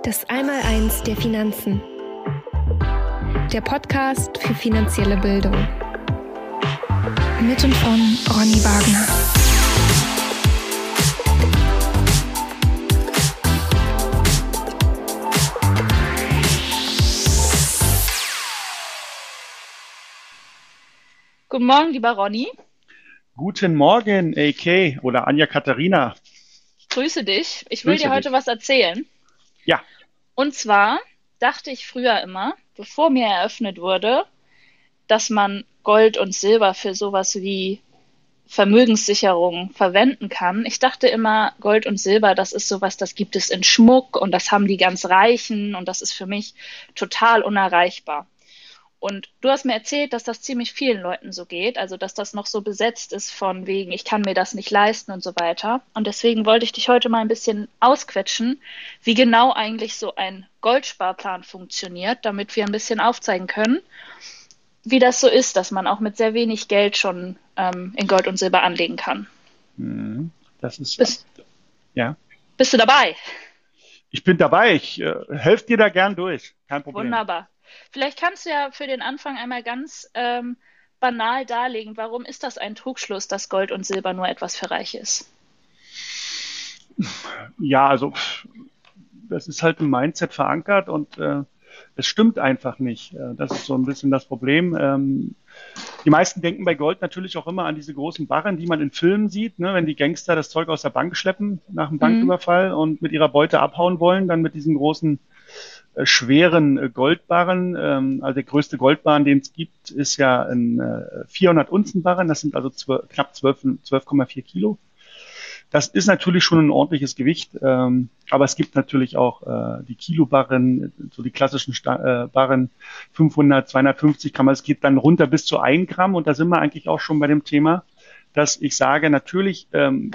Das Einmaleins der Finanzen. Der Podcast für finanzielle Bildung. Mit und von Ronny Wagner. Guten Morgen, lieber Ronny. Guten Morgen, AK oder Anja Katharina. Grüße dich. Ich will dir heute was erzählen. Ja. Und zwar dachte ich früher immer, bevor mir eröffnet wurde, dass man Gold und Silber für sowas wie Vermögenssicherung verwenden kann. Ich dachte immer, Gold und Silber, das ist sowas, das gibt es in Schmuck und das haben die ganz Reichen und das ist für mich total unerreichbar. Und du hast mir erzählt, dass das ziemlich vielen Leuten so geht, also dass das noch so besetzt ist von wegen, ich kann mir das nicht leisten und so weiter. Und deswegen wollte ich dich heute mal ein bisschen ausquetschen, wie genau eigentlich so ein Goldsparplan funktioniert, damit wir ein bisschen aufzeigen können, wie das so ist, dass man auch mit sehr wenig Geld schon in Gold und Silber anlegen kann. Das ist ja. Bist du dabei? Ich bin dabei. Ich helfe dir da gern durch. Kein Problem. Wunderbar. Vielleicht kannst du ja für den Anfang einmal ganz banal darlegen, warum ist das ein Trugschluss, dass Gold und Silber nur etwas für Reiche ist? Ja, also das ist halt im Mindset verankert und es stimmt einfach nicht. Das ist so ein bisschen das Problem. Die meisten denken bei Gold natürlich auch immer an diese großen Barren, die man in Filmen sieht, ne? Wenn die Gangster das Zeug aus der Bank schleppen nach einem Banküberfall und mit ihrer Beute abhauen wollen, dann mit diesen großen schweren Goldbarren. Also der größte Goldbarren, den es gibt, ist ja ein 400 Unzen Barren. Das sind also knapp 12,4 Kilo. Das ist natürlich schon ein ordentliches Gewicht, aber es gibt natürlich auch die Kilobarren, so die klassischen Barren, 500, 250 Gramm. Es geht dann runter bis zu 1 Gramm und da sind wir eigentlich auch schon bei dem Thema, dass ich sage, natürlich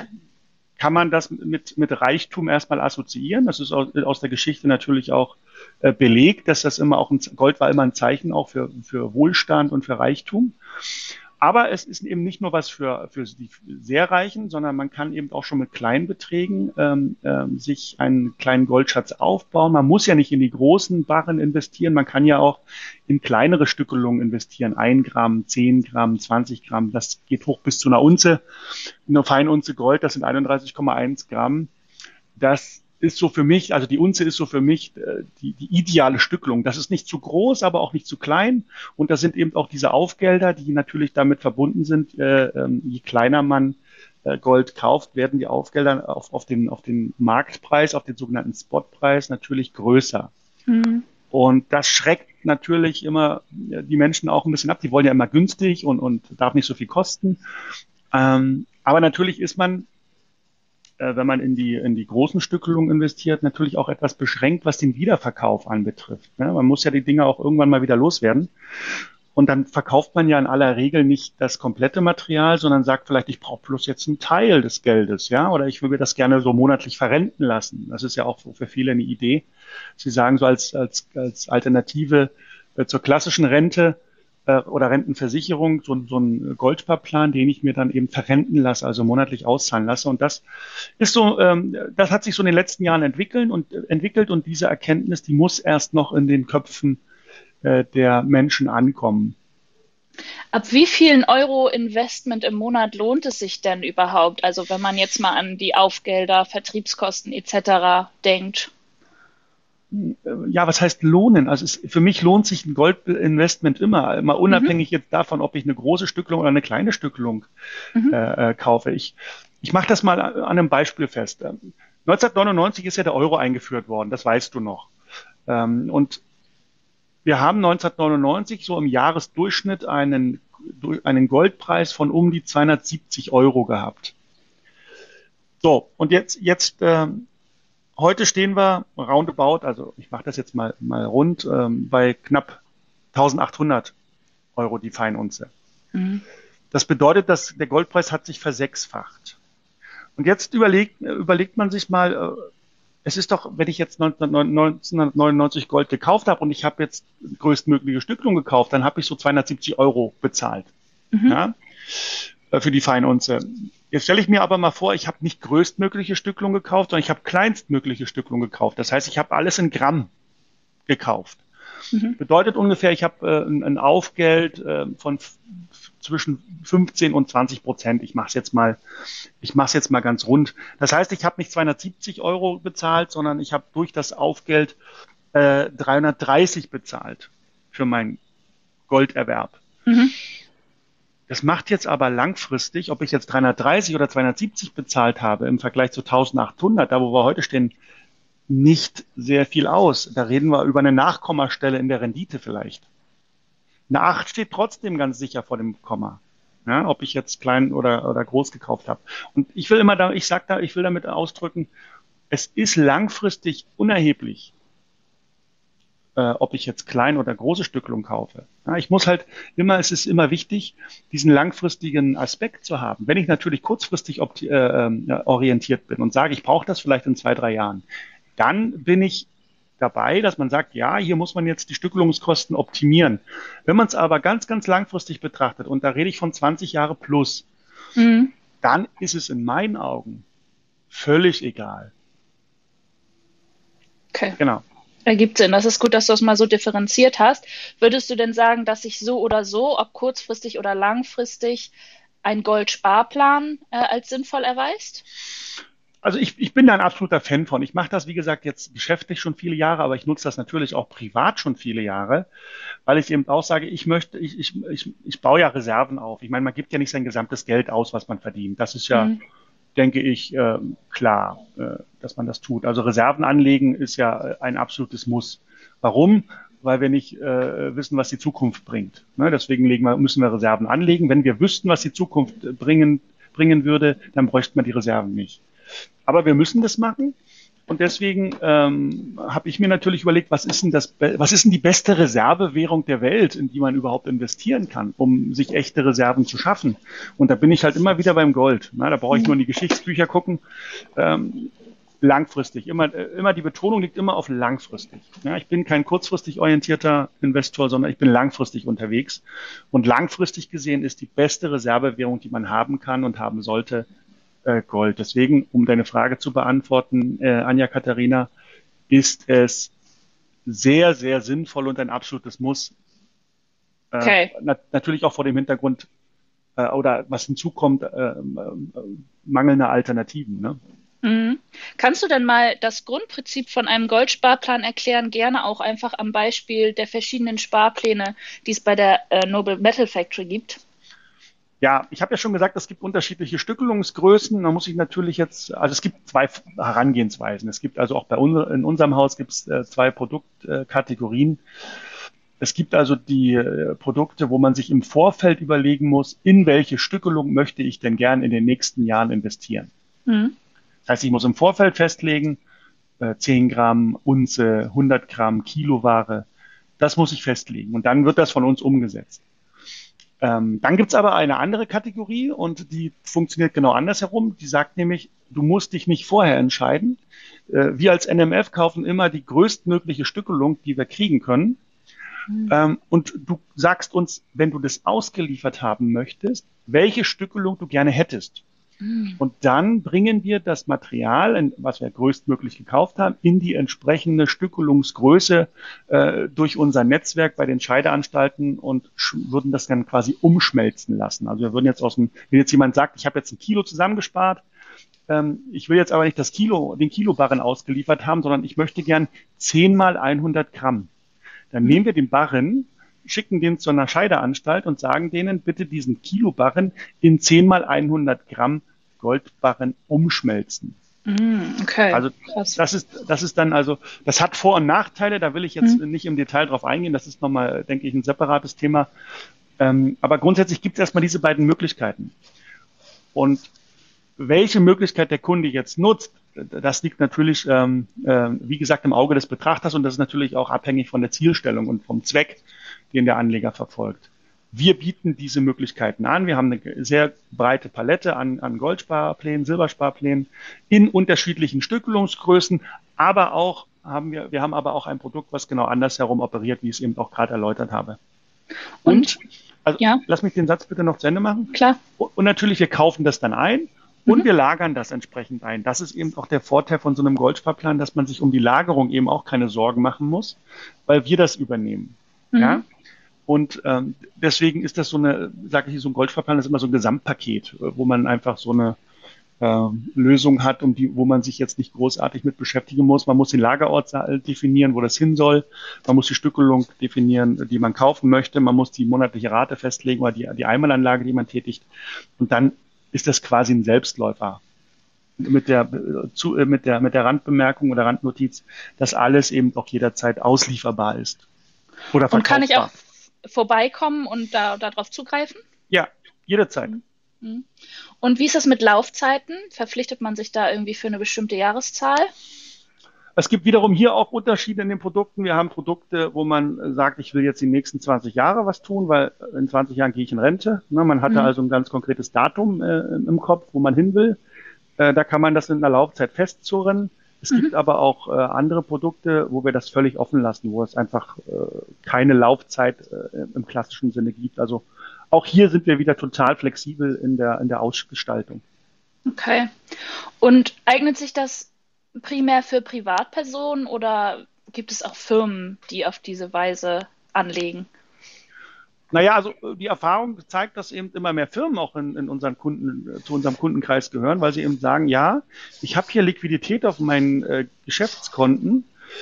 kann man das mit Reichtum erstmal assoziieren. Das ist aus der Geschichte natürlich auch belegt, dass das immer auch Gold war immer ein Zeichen auch für Wohlstand und für Reichtum. Aber es ist eben nicht nur was für die sehr Reichen, sondern man kann eben auch schon mit kleinen Beträgen sich einen kleinen Goldschatz aufbauen. Man muss ja nicht in die großen Barren investieren, man kann ja auch in kleinere Stückelungen investieren. 1 Gramm, 10 Gramm, 20 Gramm, das geht hoch bis zu einer Unze. Eine Feinunze Gold, das sind 31,1 Gramm. Das ist so für mich, also die Unze ist so für mich die ideale Stückelung. Das ist nicht zu groß, aber auch nicht zu klein. Und das sind eben auch diese Aufgelder, die natürlich damit verbunden sind. Je kleiner man Gold kauft, werden die Aufgelder auf den Marktpreis, auf den sogenannten Spotpreis natürlich größer. Mhm. Und das schreckt natürlich immer die Menschen auch ein bisschen ab. Die wollen ja immer günstig und darf nicht so viel kosten. Aber natürlich ist man, wenn man in die großen Stückelungen investiert, natürlich auch etwas beschränkt, was den Wiederverkauf anbetrifft. Man muss ja die Dinge auch irgendwann mal wieder loswerden. Und dann verkauft man ja in aller Regel nicht das komplette Material, sondern sagt vielleicht, ich brauche bloß jetzt einen Teil des Geldes, ja, oder ich würde das gerne so monatlich verrenten lassen. Das ist ja auch für viele eine Idee. Sie sagen so als Alternative zur klassischen Rente oder Rentenversicherung, so ein Goldsparplan, den ich mir dann eben verrenten lasse, also monatlich auszahlen lasse. Und das ist so, das hat sich so in den letzten Jahren entwickelt und diese Erkenntnis, die muss erst noch in den Köpfen der Menschen ankommen. Ab wie vielen Euro Investment im Monat lohnt es sich denn überhaupt? Also wenn man jetzt mal an die Aufgelder, Vertriebskosten etc. denkt. Ja, was heißt lohnen? Also für mich lohnt sich ein Goldinvestment immer unabhängig jetzt davon, ob ich eine große Stückelung oder eine kleine Stückelung kaufe. Ich mache das mal an einem Beispiel fest. 1999 ist ja der Euro eingeführt worden, das weißt du noch. Und wir haben 1999 so im Jahresdurchschnitt einen Goldpreis von um die 270 Euro gehabt. So, und jetzt heute stehen wir roundabout, also ich mache das jetzt mal rund, bei knapp 1800 Euro die Feinunze. Mhm. Das bedeutet, dass der Goldpreis hat sich versechsfacht. Und jetzt überlegt man sich mal, es ist doch, wenn ich jetzt 1999 Gold gekauft habe und ich habe jetzt größtmögliche Stückelung gekauft, dann habe ich so 270 Euro bezahlt. Mhm. Ja? für die Feinunze. Jetzt stelle ich mir aber mal vor, ich habe nicht größtmögliche Stückelung gekauft, sondern ich habe kleinstmögliche Stückelung gekauft. Das heißt, ich habe alles in Gramm gekauft. Bedeutet ungefähr, ich habe ein Aufgeld von zwischen 15 und 20%. Ich mache es jetzt mal ganz rund. Das heißt, ich habe nicht 270 Euro bezahlt, sondern ich habe durch das Aufgeld 330 bezahlt für meinen Golderwerb. Das macht jetzt aber langfristig, ob ich jetzt 330 oder 270 bezahlt habe im Vergleich zu 1800, da wo wir heute stehen, nicht sehr viel aus. Da reden wir über eine Nachkommastelle in der Rendite vielleicht. Eine 8 steht trotzdem ganz sicher vor dem Komma, ja, ob ich jetzt klein oder groß gekauft habe. Und ich will damit ausdrücken, es ist langfristig unerheblich, ob ich jetzt klein oder große Stückelung kaufe. Ja, es ist immer wichtig, diesen langfristigen Aspekt zu haben. Wenn ich natürlich kurzfristig orientiert bin und sage, ich brauche das vielleicht in 2-3 Jahren, dann bin ich dabei, dass man sagt, ja, hier muss man jetzt die Stückelungskosten optimieren. Wenn man es aber ganz, ganz langfristig betrachtet, und da rede ich von 20 Jahre plus, dann ist es in meinen Augen völlig egal. Okay. Genau. Ergibt Sinn. Das ist gut, dass du es mal so differenziert hast. Würdest du denn sagen, dass sich so oder so, ob kurzfristig oder langfristig, ein Goldsparplan als sinnvoll erweist? Also ich bin da ein absoluter Fan von. Ich mache das, wie gesagt, jetzt geschäftlich schon viele Jahre, aber ich nutze das natürlich auch privat schon viele Jahre, weil ich eben auch sage, ich baue ja Reserven auf. Ich meine, man gibt ja nicht sein gesamtes Geld aus, was man verdient. Das ist ja, denke ich, klar, dass man das tut. Also Reserven anlegen ist ja ein absolutes Muss. Warum? Weil wir nicht wissen, was die Zukunft bringt. Ne? Deswegen müssen wir Reserven anlegen. Wenn wir wüssten, was die Zukunft bringen würde, dann bräuchte man die Reserven nicht. Aber wir müssen das machen. Und deswegen habe ich mir natürlich überlegt, was ist denn die beste Reservewährung der Welt, in die man überhaupt investieren kann, um sich echte Reserven zu schaffen. Und da bin ich halt immer wieder beim Gold. Na, da brauche ich nur in die Geschichtsbücher gucken. Langfristig. Immer die Betonung liegt immer auf langfristig. Ja, ich bin kein kurzfristig orientierter Investor, sondern ich bin langfristig unterwegs. Und langfristig gesehen ist die beste Reservewährung, die man haben kann und haben sollte, Gold. Deswegen, um deine Frage zu beantworten, Anja Katharina, ist es sehr, sehr sinnvoll und ein absolutes Muss. Okay. Natürlich auch vor dem Hintergrund oder was hinzukommt, mangelnder Alternativen. Ne? Kannst du denn mal das Grundprinzip von einem Goldsparplan erklären? Gerne auch einfach am Beispiel der verschiedenen Sparpläne, die es bei der Noble Metal Factory gibt. Ja, ich habe ja schon gesagt, es gibt unterschiedliche Stückelungsgrößen. Da muss ich natürlich also es gibt 2 Herangehensweisen. Es gibt also auch in unserem Haus gibt es 2 Produktkategorien. Es gibt also die Produkte, wo man sich im Vorfeld überlegen muss, in welche Stückelung möchte ich denn gern in den nächsten Jahren investieren. Das heißt, ich muss im Vorfeld festlegen, 10 Gramm, Unze, 100 Gramm, Kiloware. Das muss ich festlegen. Und dann wird das von uns umgesetzt. Dann gibt's aber eine andere Kategorie und die funktioniert genau andersherum. Die sagt nämlich, du musst dich nicht vorher entscheiden. Wir als NMF kaufen immer die größtmögliche Stückelung, die wir kriegen können. Und du sagst uns, wenn du das ausgeliefert haben möchtest, welche Stückelung du gerne hättest. Und dann bringen wir das Material, was wir größtmöglich gekauft haben, in die entsprechende Stückelungsgröße durch unser Netzwerk bei den Scheideanstalten und würden das dann quasi umschmelzen lassen. Also wir würden jetzt wenn jetzt jemand sagt, ich habe jetzt 1 Kilo zusammengespart, ich will jetzt aber nicht den Kilobarren ausgeliefert haben, sondern ich möchte gern 10 mal 100 Gramm. Dann nehmen wir den Barren, schicken den zu einer Scheideanstalt und sagen denen, bitte diesen Kilobarren in 10 mal 100 Gramm Goldbarren umschmelzen. Okay. Also das ist dann also, das hat Vor- und Nachteile, da will ich jetzt nicht im Detail drauf eingehen, das ist nochmal, denke ich, ein separates Thema. Aber grundsätzlich gibt es erstmal diese beiden Möglichkeiten. Und welche Möglichkeit der Kunde jetzt nutzt, das liegt natürlich, wie gesagt, im Auge des Betrachters und das ist natürlich auch abhängig von der Zielstellung und vom Zweck, den der Anleger verfolgt. Wir bieten diese Möglichkeiten an. Wir haben eine sehr breite Palette an Goldsparplänen, Silbersparplänen in unterschiedlichen Stückelungsgrößen, aber auch wir haben aber auch ein Produkt, was genau andersherum operiert, wie ich es eben auch gerade erläutert habe. Und Also Ja, lass mich den Satz bitte noch zu Ende machen. klar. Und natürlich, wir kaufen das dann ein und wir lagern das entsprechend ein. Das ist eben auch der Vorteil von so einem Goldsparplan, dass man sich um die Lagerung eben auch keine Sorgen machen muss, weil wir das übernehmen. Ja? Und deswegen ist das so so ein Goldsparplan ist immer so ein Gesamtpaket, wo man einfach so eine Lösung hat, wo man sich jetzt nicht großartig mit beschäftigen muss. Man muss den Lagerort definieren, wo das hin soll. Man muss die Stückelung definieren, die man kaufen möchte. Man muss die monatliche Rate festlegen oder die Einmalanlage, die man tätigt. Und dann ist das quasi ein Selbstläufer. Mit der Randbemerkung oder Randnotiz, dass alles eben auch jederzeit auslieferbar ist. Oder verkaufbar. Und kann ich auch vorbeikommen und darauf zugreifen? Ja, jederzeit. Und wie ist das mit Laufzeiten? Verpflichtet man sich da irgendwie für eine bestimmte Jahreszahl? Es gibt wiederum hier auch Unterschiede in den Produkten. Wir haben Produkte, wo man sagt, ich will jetzt die nächsten 20 Jahre was tun, weil in 20 Jahren gehe ich in Rente. Man hatte also ein ganz konkretes Datum im Kopf, wo man hin will. Da kann man das in einer Laufzeit festzurren. Es gibt aber auch andere Produkte, wo wir das völlig offen lassen, wo es einfach keine Laufzeit im klassischen Sinne gibt. Also auch hier sind wir wieder total flexibel in der Ausgestaltung. Okay. Und eignet sich das primär für Privatpersonen oder gibt es auch Firmen, die auf diese Weise anlegen? Naja, also die Erfahrung zeigt, dass eben immer mehr Firmen auch in unseren zu unserem Kundenkreis gehören, weil sie eben sagen, ja, ich habe hier Liquidität auf meinen Geschäftskonten,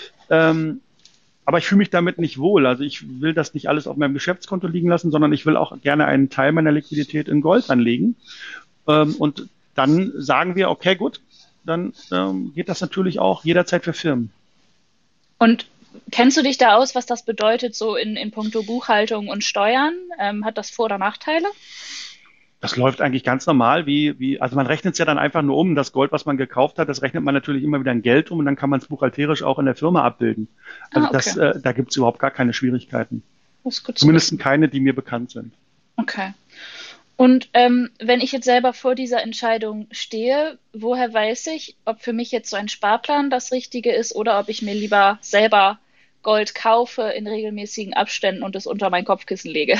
aber ich fühle mich damit nicht wohl. Also ich will das nicht alles auf meinem Geschäftskonto liegen lassen, sondern ich will auch gerne einen Teil meiner Liquidität in Gold anlegen. Und dann sagen wir, okay, gut, dann geht das natürlich auch jederzeit für Firmen. Und kennst du dich da aus, was das bedeutet, so in puncto Buchhaltung und Steuern? Hat das Vor- oder Nachteile? Das läuft eigentlich ganz normal, also man rechnet es ja dann einfach nur um. Das Gold, was man gekauft hat, das rechnet man natürlich immer wieder in Geld um und dann kann man es buchhalterisch auch in der Firma abbilden. Also okay. Da gibt es überhaupt gar keine Schwierigkeiten. Das ist gut Zumindest keine, die mir bekannt sind. Okay. Und wenn ich jetzt selber vor dieser Entscheidung stehe, woher weiß ich, ob für mich jetzt so ein Sparplan das Richtige ist oder ob ich mir lieber selber Gold kaufe in regelmäßigen Abständen und es unter mein Kopfkissen lege?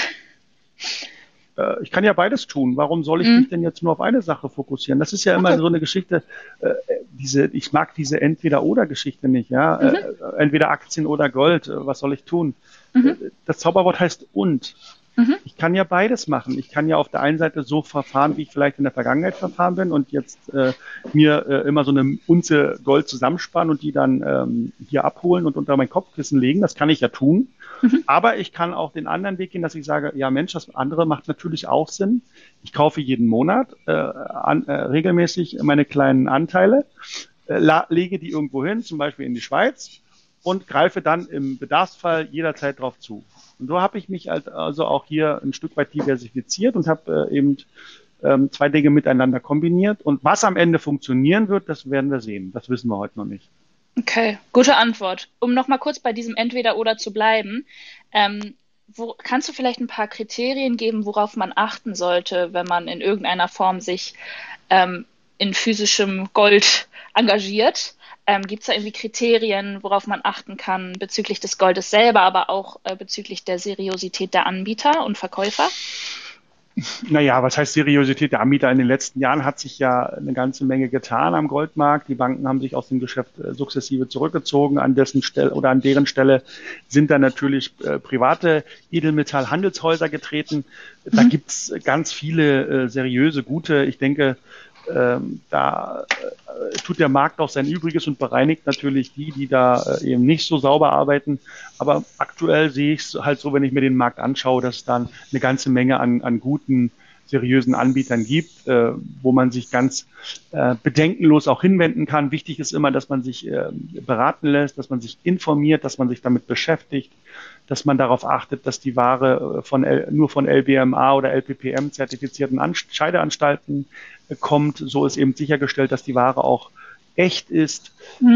Ich kann ja beides tun. Warum soll ich mich denn jetzt nur auf eine Sache fokussieren? Das ist ja immer so eine Geschichte, ich mag diese Entweder-oder-Geschichte nicht, ja. Entweder Aktien oder Gold, was soll ich tun? Das Zauberwort heißt und. Ich kann ja beides machen. Ich kann ja auf der einen Seite so verfahren, wie ich vielleicht in der Vergangenheit verfahren bin und jetzt mir immer so eine Unze Gold zusammensparen und die dann hier abholen und unter mein Kopfkissen legen. Das kann ich ja tun. Aber ich kann auch den anderen Weg gehen, dass ich sage, ja Mensch, das andere macht natürlich auch Sinn. Ich kaufe jeden Monat regelmäßig meine kleinen Anteile, lege die irgendwo hin, zum Beispiel in die Schweiz und greife dann im Bedarfsfall jederzeit drauf zu. Und so habe ich mich also auch hier ein Stück weit diversifiziert und habe eben zwei Dinge miteinander kombiniert. Und was am Ende funktionieren wird, das werden wir sehen. Das wissen wir heute noch nicht. Okay, gute Antwort. Um noch mal kurz bei diesem Entweder-oder zu bleiben, kannst du vielleicht ein paar Kriterien geben, worauf man achten sollte, wenn man in irgendeiner Form sich in physischem Gold engagiert? Gibt es da irgendwie Kriterien, worauf man achten kann bezüglich des Goldes selber, aber auch bezüglich der Seriosität der Anbieter und Verkäufer? Naja, was heißt Seriosität der Anbieter? In den letzten Jahren hat sich ja eine ganze Menge getan am Goldmarkt. Die Banken haben sich aus dem Geschäft sukzessive zurückgezogen. An deren Stelle sind dann natürlich private Edelmetallhandelshäuser getreten. Da gibt's ganz viele seriöse, gute. Ich denke, da tut der Markt auch sein Übriges und bereinigt natürlich die da eben nicht so sauber arbeiten. Aber aktuell sehe ich es halt so, wenn ich mir den Markt anschaue, dass es dann eine ganze Menge an guten, seriösen Anbietern gibt, wo man sich ganz bedenkenlos auch hinwenden kann. Wichtig ist immer, dass man sich beraten lässt, dass man sich informiert, dass man sich damit beschäftigt, dass man darauf achtet, dass die Ware nur von LBMA oder LPPM zertifizierten Scheideanstalten kommt. So ist eben sichergestellt, dass die Ware auch echt ist.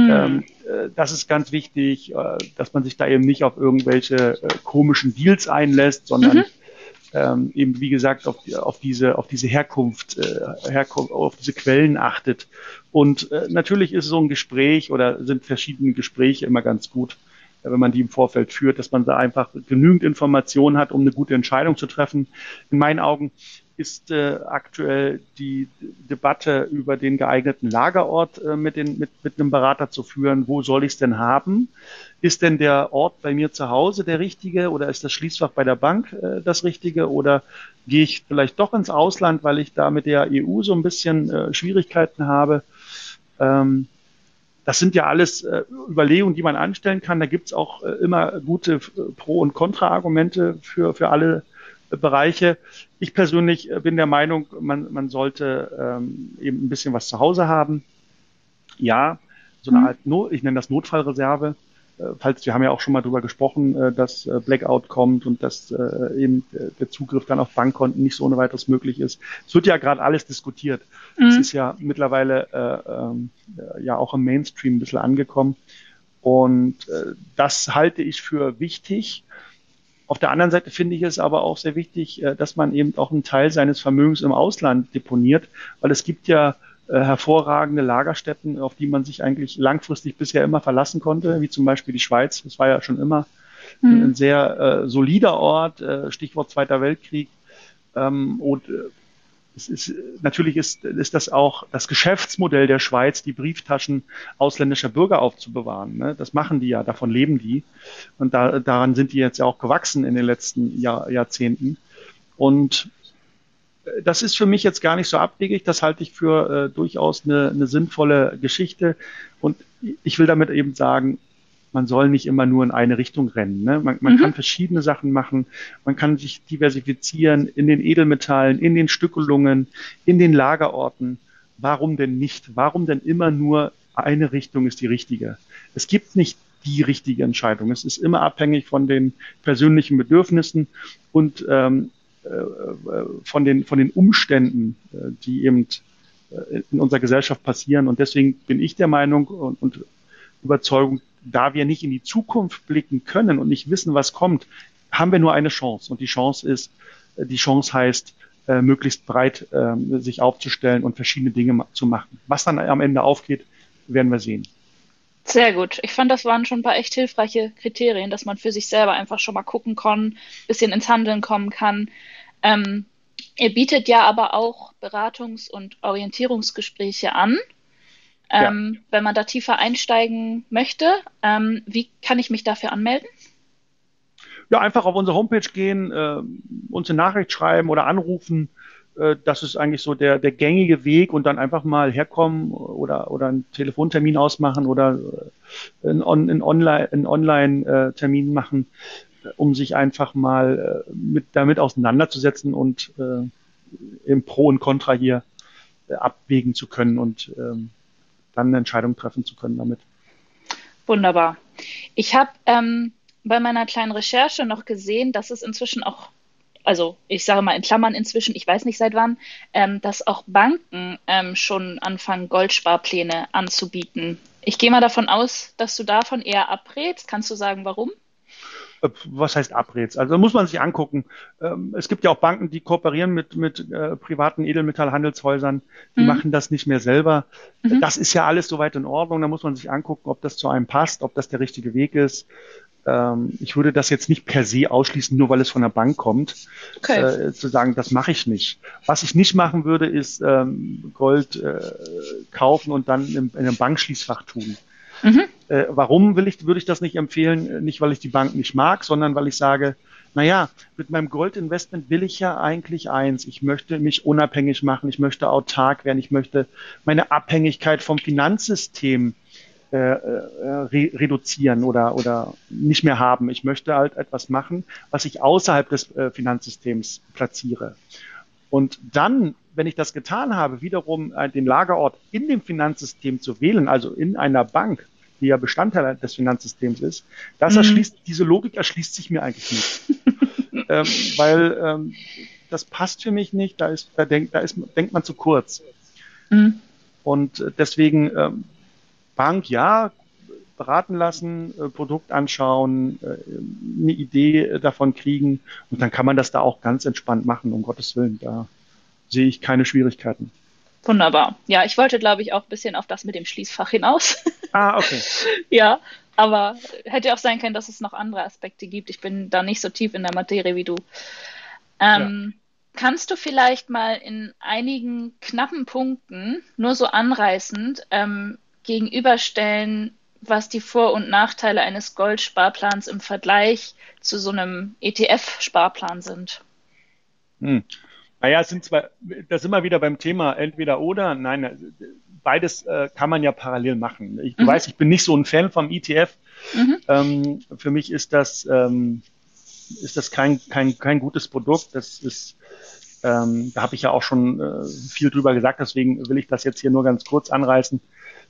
Das ist ganz wichtig, dass man sich da eben nicht auf irgendwelche komischen Deals einlässt, sondern eben, wie gesagt, auf diese Herkunft, auf diese Quellen achtet. Und natürlich ist so ein Gespräch oder sind verschiedene Gespräche immer ganz gut, wenn man die im Vorfeld führt, dass man da einfach genügend Informationen hat, um eine gute Entscheidung zu treffen. In meinen Augen ist aktuell die Debatte über den geeigneten Lagerort mit einem Berater zu führen. Wo soll ich es denn haben? Ist denn der Ort bei mir zu Hause der richtige oder ist das Schließfach bei der Bank das richtige? Oder gehe ich vielleicht doch ins Ausland, weil ich da mit der EU so ein bisschen Schwierigkeiten habe? Das sind ja alles Überlegungen, die man anstellen kann. Da gibt's auch immer gute Pro- und Kontra-Argumente für alle Bereiche. Ich persönlich bin der Meinung, man sollte eben ein bisschen was zu Hause haben. Ja, so eine Art, ich nenne das Notfallreserve. Falls, wir haben ja auch schon mal drüber gesprochen, dass Blackout kommt und dass eben der Zugriff dann auf Bankkonten nicht so ohne weiteres möglich ist. Es wird ja gerade alles diskutiert. Es ist ja mittlerweile ja auch im Mainstream ein bisschen angekommen. Und das halte ich für wichtig. Auf der anderen Seite finde ich es aber auch sehr wichtig, dass man eben auch einen Teil seines Vermögens im Ausland deponiert, weil es gibt ja hervorragende Lagerstätten, auf die man sich eigentlich langfristig bisher immer verlassen konnte, wie zum Beispiel die Schweiz. Das war ja schon immer ein sehr solider Ort, Stichwort Zweiter Weltkrieg. Und natürlich ist das auch das Geschäftsmodell der Schweiz, die Brieftaschen ausländischer Bürger aufzubewahren. Ne? Das machen die ja, davon leben die. Und daran sind die jetzt ja auch gewachsen in den letzten Jahrzehnten. Und das ist für mich jetzt gar nicht so abwegig. Das halte ich für durchaus eine sinnvolle Geschichte. Und ich will damit eben sagen, man soll nicht immer nur in eine Richtung rennen. Ne? Man kann verschiedene Sachen machen. Man kann sich diversifizieren in den Edelmetallen, in den Stückelungen, in den Lagerorten. Warum denn nicht? Warum denn immer nur eine Richtung ist die richtige? Es gibt nicht die richtige Entscheidung. Es ist immer abhängig von den persönlichen Bedürfnissen und von den Umständen, die eben in unserer Gesellschaft passieren. Und deswegen bin ich der Meinung und Überzeugung, da wir nicht in die Zukunft blicken können und nicht wissen, was kommt, haben wir nur eine Chance. Und die Chance heißt, möglichst breit sich aufzustellen und verschiedene Dinge zu machen. Was dann am Ende aufgeht, werden wir sehen. Sehr gut. Ich fand, das waren schon ein paar echt hilfreiche Kriterien, dass man für sich selber einfach schon mal gucken kann, bisschen ins Handeln kommen kann. Ihr bietet ja aber auch Beratungs- und Orientierungsgespräche an. Wenn man da tiefer einsteigen möchte, wie kann ich mich dafür anmelden? Ja, einfach auf unsere Homepage gehen, uns eine Nachricht schreiben oder anrufen. Das ist eigentlich so der gängige Weg und dann einfach mal herkommen oder einen Telefontermin ausmachen oder einen Online-Termin machen, um sich einfach mal damit auseinanderzusetzen und im Pro und Contra hier abwägen zu können und dann eine Entscheidung treffen zu können damit. Wunderbar. Ich habe bei meiner kleinen Recherche noch gesehen, dass es inzwischen auch, also ich sage mal in Klammern inzwischen, ich weiß nicht seit wann, dass auch Banken schon anfangen, Goldsparpläne anzubieten. Ich gehe mal davon aus, dass du davon eher abrätst. Kannst du sagen, warum? Was heißt abrätst? Also muss man sich angucken. Es gibt ja auch Banken, die kooperieren mit privaten Edelmetallhandelshäusern. Die machen das nicht mehr selber. Das ist ja alles soweit in Ordnung. Da muss man sich angucken, ob das zu einem passt, ob das der richtige Weg ist. Ich würde das jetzt nicht per se ausschließen, nur weil es von der Bank kommt, zu sagen, das mache ich nicht. Was ich nicht machen würde, ist Gold kaufen und dann in einem Bankschließfach tun. Warum würde ich das nicht empfehlen? Nicht, weil ich die Bank nicht mag, sondern weil ich sage, naja, mit meinem Goldinvestment will ich ja eigentlich eins. Ich möchte mich unabhängig machen, ich möchte autark werden, ich möchte meine Abhängigkeit vom Finanzsystem reduzieren oder nicht mehr haben. Ich möchte halt etwas machen, was ich außerhalb des Finanzsystems platziere. Und dann, wenn ich das getan habe, wiederum den Lagerort in dem Finanzsystem zu wählen, also in einer Bank, die ja Bestandteil des Finanzsystems ist, diese Logik erschließt sich mir eigentlich nicht. Weil das passt für mich nicht, denkt man zu kurz. Und deswegen Bank, ja, beraten lassen, Produkt anschauen, eine Idee davon kriegen und dann kann man das da auch ganz entspannt machen, um Gottes Willen. Da sehe ich keine Schwierigkeiten. Wunderbar. Ja, ich wollte, glaube ich, auch ein bisschen auf das mit dem Schließfach hinaus. Ah, okay. Ja, Aber hätte auch sein können, dass es noch andere Aspekte gibt. Ich bin da nicht so tief in der Materie wie du. Kannst du vielleicht mal in einigen knappen Punkten, nur so anreißend, gegenüberstellen, was die Vor- und Nachteile eines Goldsparplans im Vergleich zu so einem ETF-Sparplan sind? Naja, da sind wir wieder beim Thema entweder oder. Nein, beides kann man ja parallel machen. Du weißt, ich bin nicht so ein Fan vom ETF. Für mich ist das kein gutes Produkt. Da habe ich ja auch schon viel drüber gesagt, deswegen will ich das jetzt hier nur ganz kurz anreißen.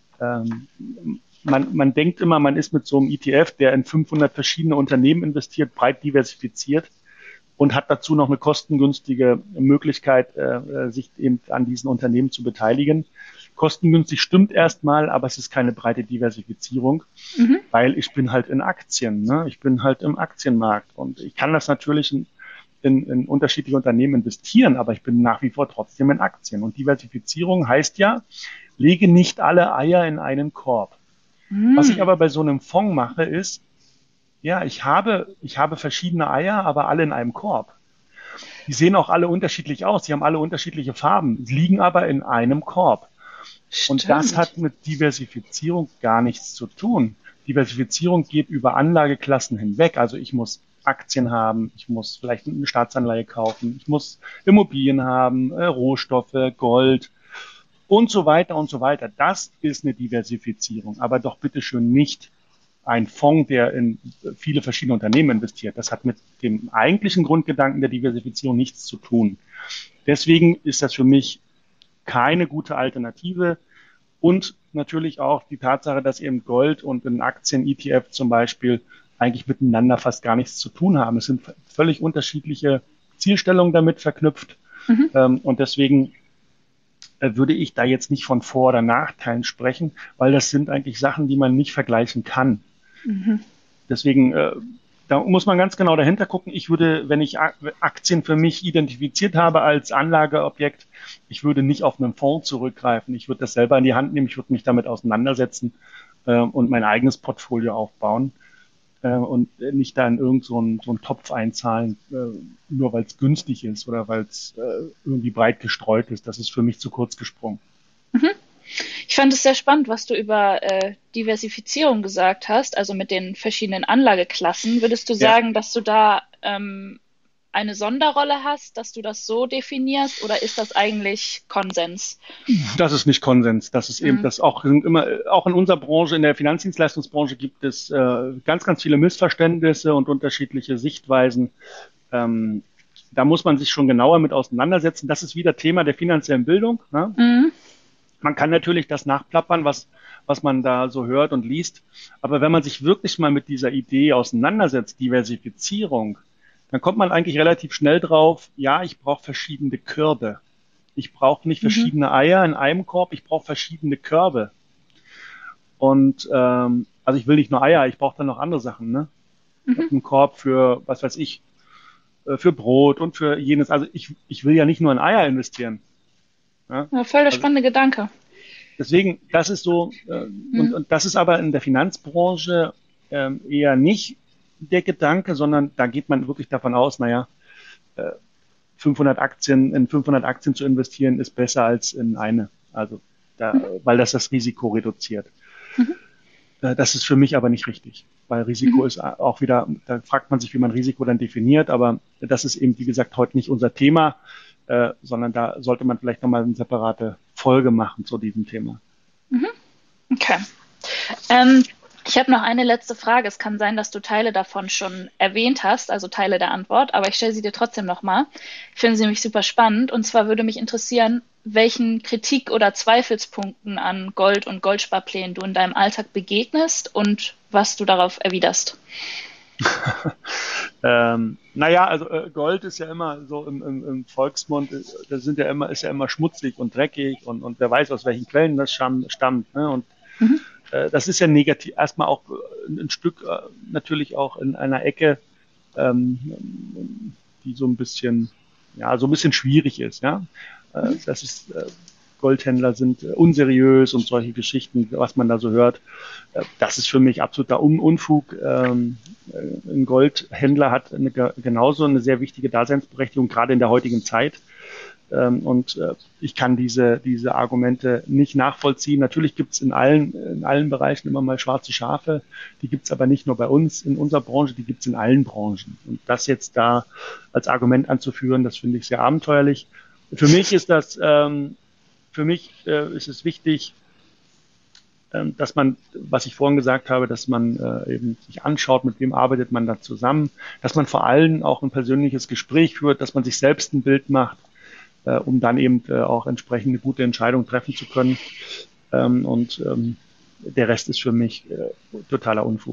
Man denkt immer, man ist mit so einem ETF, der in 500 verschiedene Unternehmen investiert, breit diversifiziert und hat dazu noch eine kostengünstige Möglichkeit, sich eben an diesen Unternehmen zu beteiligen. Kostengünstig stimmt erstmal, aber es ist keine breite Diversifizierung, weil ich bin halt in Aktien, ne? Ich bin halt im Aktienmarkt und ich kann das natürlich in unterschiedliche Unternehmen investieren, aber ich bin nach wie vor trotzdem in Aktien. Und Diversifizierung heißt ja, lege nicht alle Eier in einen Korb. Was ich aber bei so einem Fonds mache, ist, ja, ich habe verschiedene Eier, aber alle in einem Korb. Die sehen auch alle unterschiedlich aus, die haben alle unterschiedliche Farben, liegen aber in einem Korb. Stimmt. Und das hat mit Diversifizierung gar nichts zu tun. Diversifizierung geht über Anlageklassen hinweg. Also ich muss Aktien haben, ich muss vielleicht eine Staatsanleihe kaufen, ich muss Immobilien haben, Rohstoffe, Gold und so weiter und so weiter. Das ist eine Diversifizierung, aber doch bitteschön nicht ein Fonds, der in viele verschiedene Unternehmen investiert. Das hat mit dem eigentlichen Grundgedanken der Diversifizierung nichts zu tun. Deswegen ist das für mich keine gute Alternative. Und natürlich auch die Tatsache, dass eben Gold und ein Aktien-ETF zum Beispiel eigentlich miteinander fast gar nichts zu tun haben. Es sind völlig unterschiedliche Zielstellungen damit verknüpft. Und deswegen würde ich da jetzt nicht von Vor- oder Nachteilen sprechen, weil das sind eigentlich Sachen, die man nicht vergleichen kann. Deswegen, da muss man ganz genau dahinter gucken. Ich würde, wenn ich Aktien für mich identifiziert habe als Anlageobjekt, ich würde nicht auf einen Fonds zurückgreifen. Ich würde das selber in die Hand nehmen. Ich würde mich damit auseinandersetzen und mein eigenes Portfolio aufbauen und nicht da in irgend so einen Topf einzahlen, nur weil es günstig ist oder weil es irgendwie breit gestreut ist. Das ist für mich zu kurz gesprungen. Ich fand es sehr spannend, was du über Diversifizierung gesagt hast, also mit den verschiedenen Anlageklassen. Würdest du sagen, dass du da eine Sonderrolle hast, dass du das so definierst, oder ist das eigentlich Konsens? Das ist nicht Konsens. Das ist eben das auch immer, auch in unserer Branche, in der Finanzdienstleistungsbranche gibt es ganz, ganz viele Missverständnisse und unterschiedliche Sichtweisen. Da muss man sich schon genauer mit auseinandersetzen. Das ist wieder Thema der finanziellen Bildung. Ne? Man kann natürlich das nachplappern, was man da so hört und liest. Aber wenn man sich wirklich mal mit dieser Idee auseinandersetzt, Diversifizierung, dann kommt man eigentlich relativ schnell drauf, ja, ich brauche verschiedene Körbe. Ich brauche nicht verschiedene Eier in einem Korb, ich brauche verschiedene Körbe. Und also ich will nicht nur Eier, ich brauche dann noch andere Sachen. Ne? Ich habe einen Korb für, was weiß ich, für Brot und für jenes. Also ich will ja nicht nur in Eier investieren. Ja, voll der spannende Gedanke. Deswegen, das ist so, und das ist aber in der Finanzbranche eher nicht der Gedanke, sondern da geht man wirklich davon aus, naja, 500 Aktien zu investieren ist besser als in eine. Also weil das Risiko reduziert. Das ist für mich aber nicht richtig, weil Risiko ist auch wieder, da fragt man sich, wie man Risiko dann definiert, aber das ist eben, wie gesagt, heute nicht unser Thema, sondern da sollte man vielleicht nochmal eine separate Folge machen zu diesem Thema. Okay. Ich habe noch eine letzte Frage. Es kann sein, dass du Teile davon schon erwähnt hast, also Teile der Antwort, aber ich stelle sie dir trotzdem nochmal. Ich finde sie nämlich super spannend. Und zwar würde mich interessieren, welchen Kritik- oder Zweifelspunkten an Gold und Goldsparplänen du in deinem Alltag begegnest und was du darauf erwiderst. Naja, also Gold ist ja immer so im Volksmund, das ist ja immer schmutzig und dreckig und wer weiß, aus welchen Quellen das stammt. Ne? Und das ist ja negativ, erstmal auch ein Stück natürlich auch in einer Ecke, die so ein bisschen schwierig ist. Ja, das ist Goldhändler sind unseriös und solche Geschichten, was man da so hört. Das ist für mich absoluter Unfug. Ein Goldhändler hat genauso eine sehr wichtige Daseinsberechtigung, gerade in der heutigen Zeit. Und ich kann diese Argumente nicht nachvollziehen. Natürlich gibt es in allen Bereichen immer mal schwarze Schafe. Die gibt es aber nicht nur bei uns in unserer Branche, die gibt es in allen Branchen. Und das jetzt da als Argument anzuführen, das finde ich sehr abenteuerlich. Für mich ist es wichtig, dass man, was ich vorhin gesagt habe, dass man eben sich anschaut, mit wem arbeitet man da zusammen, dass man vor allem auch ein persönliches Gespräch führt, dass man sich selbst ein Bild macht, um dann eben auch entsprechend eine gute Entscheidung treffen zu können. Der Rest ist für mich totaler Unfug.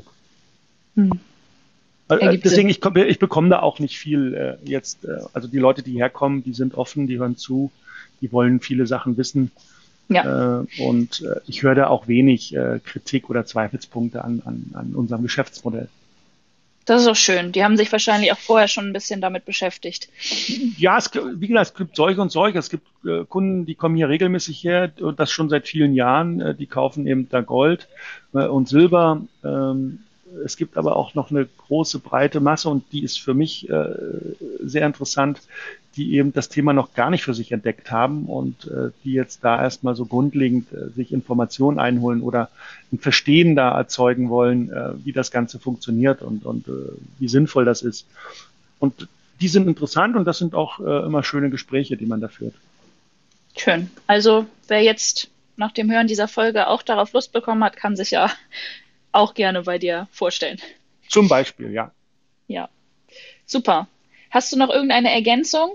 Deswegen, ich bekomme da auch nicht viel jetzt. Also die Leute, die herkommen, die sind offen, die hören zu, die wollen viele Sachen wissen. Ja. Ich höre da auch wenig Kritik oder Zweifelspunkte an unserem Geschäftsmodell. Das ist auch schön. Die haben sich wahrscheinlich auch vorher schon ein bisschen damit beschäftigt. Ja, wie gesagt, es gibt solche und solche. Es gibt Kunden, die kommen hier regelmäßig her, und das schon seit vielen Jahren. Die kaufen eben da Gold und Silber. Es gibt aber auch noch eine große, breite Masse, und die ist für mich sehr interessant, die eben das Thema noch gar nicht für sich entdeckt haben und die jetzt da erstmal so grundlegend sich Informationen einholen oder ein Verstehen da erzeugen wollen, wie das Ganze funktioniert und wie sinnvoll das ist. Und die sind interessant, und das sind auch immer schöne Gespräche, die man da führt. Schön. Also wer jetzt nach dem Hören dieser Folge auch darauf Lust bekommen hat, kann sich ja auch gerne bei dir vorstellen. Zum Beispiel, ja. Ja, super. Hast du noch irgendeine Ergänzung?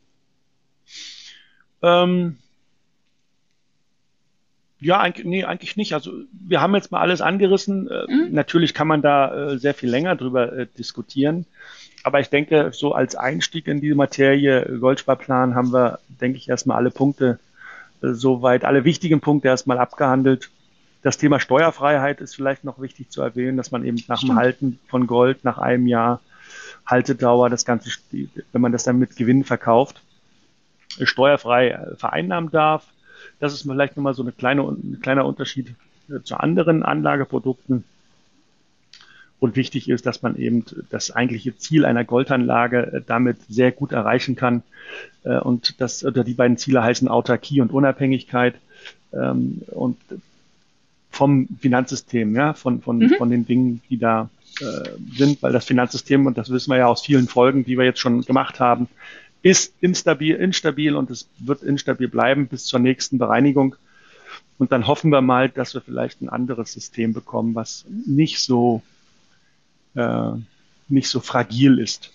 Ja, eigentlich nicht. Also wir haben jetzt mal alles angerissen. Natürlich kann man da sehr viel länger drüber diskutieren. Aber ich denke, so als Einstieg in diese Materie Goldsparplan haben wir, denke ich, erstmal alle Punkte soweit, alle wichtigen Punkte erstmal abgehandelt. Das Thema Steuerfreiheit ist vielleicht noch wichtig zu erwähnen, dass man eben nach dem Halten von Gold, nach einem Jahr Haltedauer, das Ganze, wenn man das dann mit Gewinn verkauft, steuerfrei vereinnahmen darf. Das ist vielleicht nochmal so ein kleiner Unterschied zu anderen Anlageprodukten. Und wichtig ist, dass man eben das eigentliche Ziel einer Goldanlage damit sehr gut erreichen kann. Und die beiden Ziele heißen Autarkie und Unabhängigkeit. Und vom Finanzsystem, ja, von den Dingen, die da sind, weil das Finanzsystem, und das wissen wir ja aus vielen Folgen, die wir jetzt schon gemacht haben, ist instabil, und es wird instabil bleiben bis zur nächsten Bereinigung. Und dann hoffen wir mal, dass wir vielleicht ein anderes System bekommen, was nicht so fragil ist.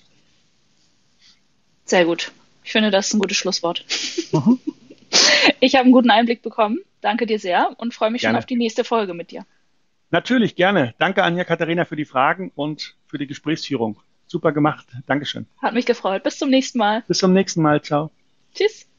Sehr gut. Ich finde, das ist ein gutes Schlusswort. Ich habe einen guten Einblick bekommen. Danke dir sehr und freue mich schon auf die nächste Folge mit dir. Natürlich, gerne. Danke, Anja-Katharina, für die Fragen und für die Gesprächsführung. Super gemacht. Dankeschön. Hat mich gefreut. Bis zum nächsten Mal. Bis zum nächsten Mal. Ciao. Tschüss.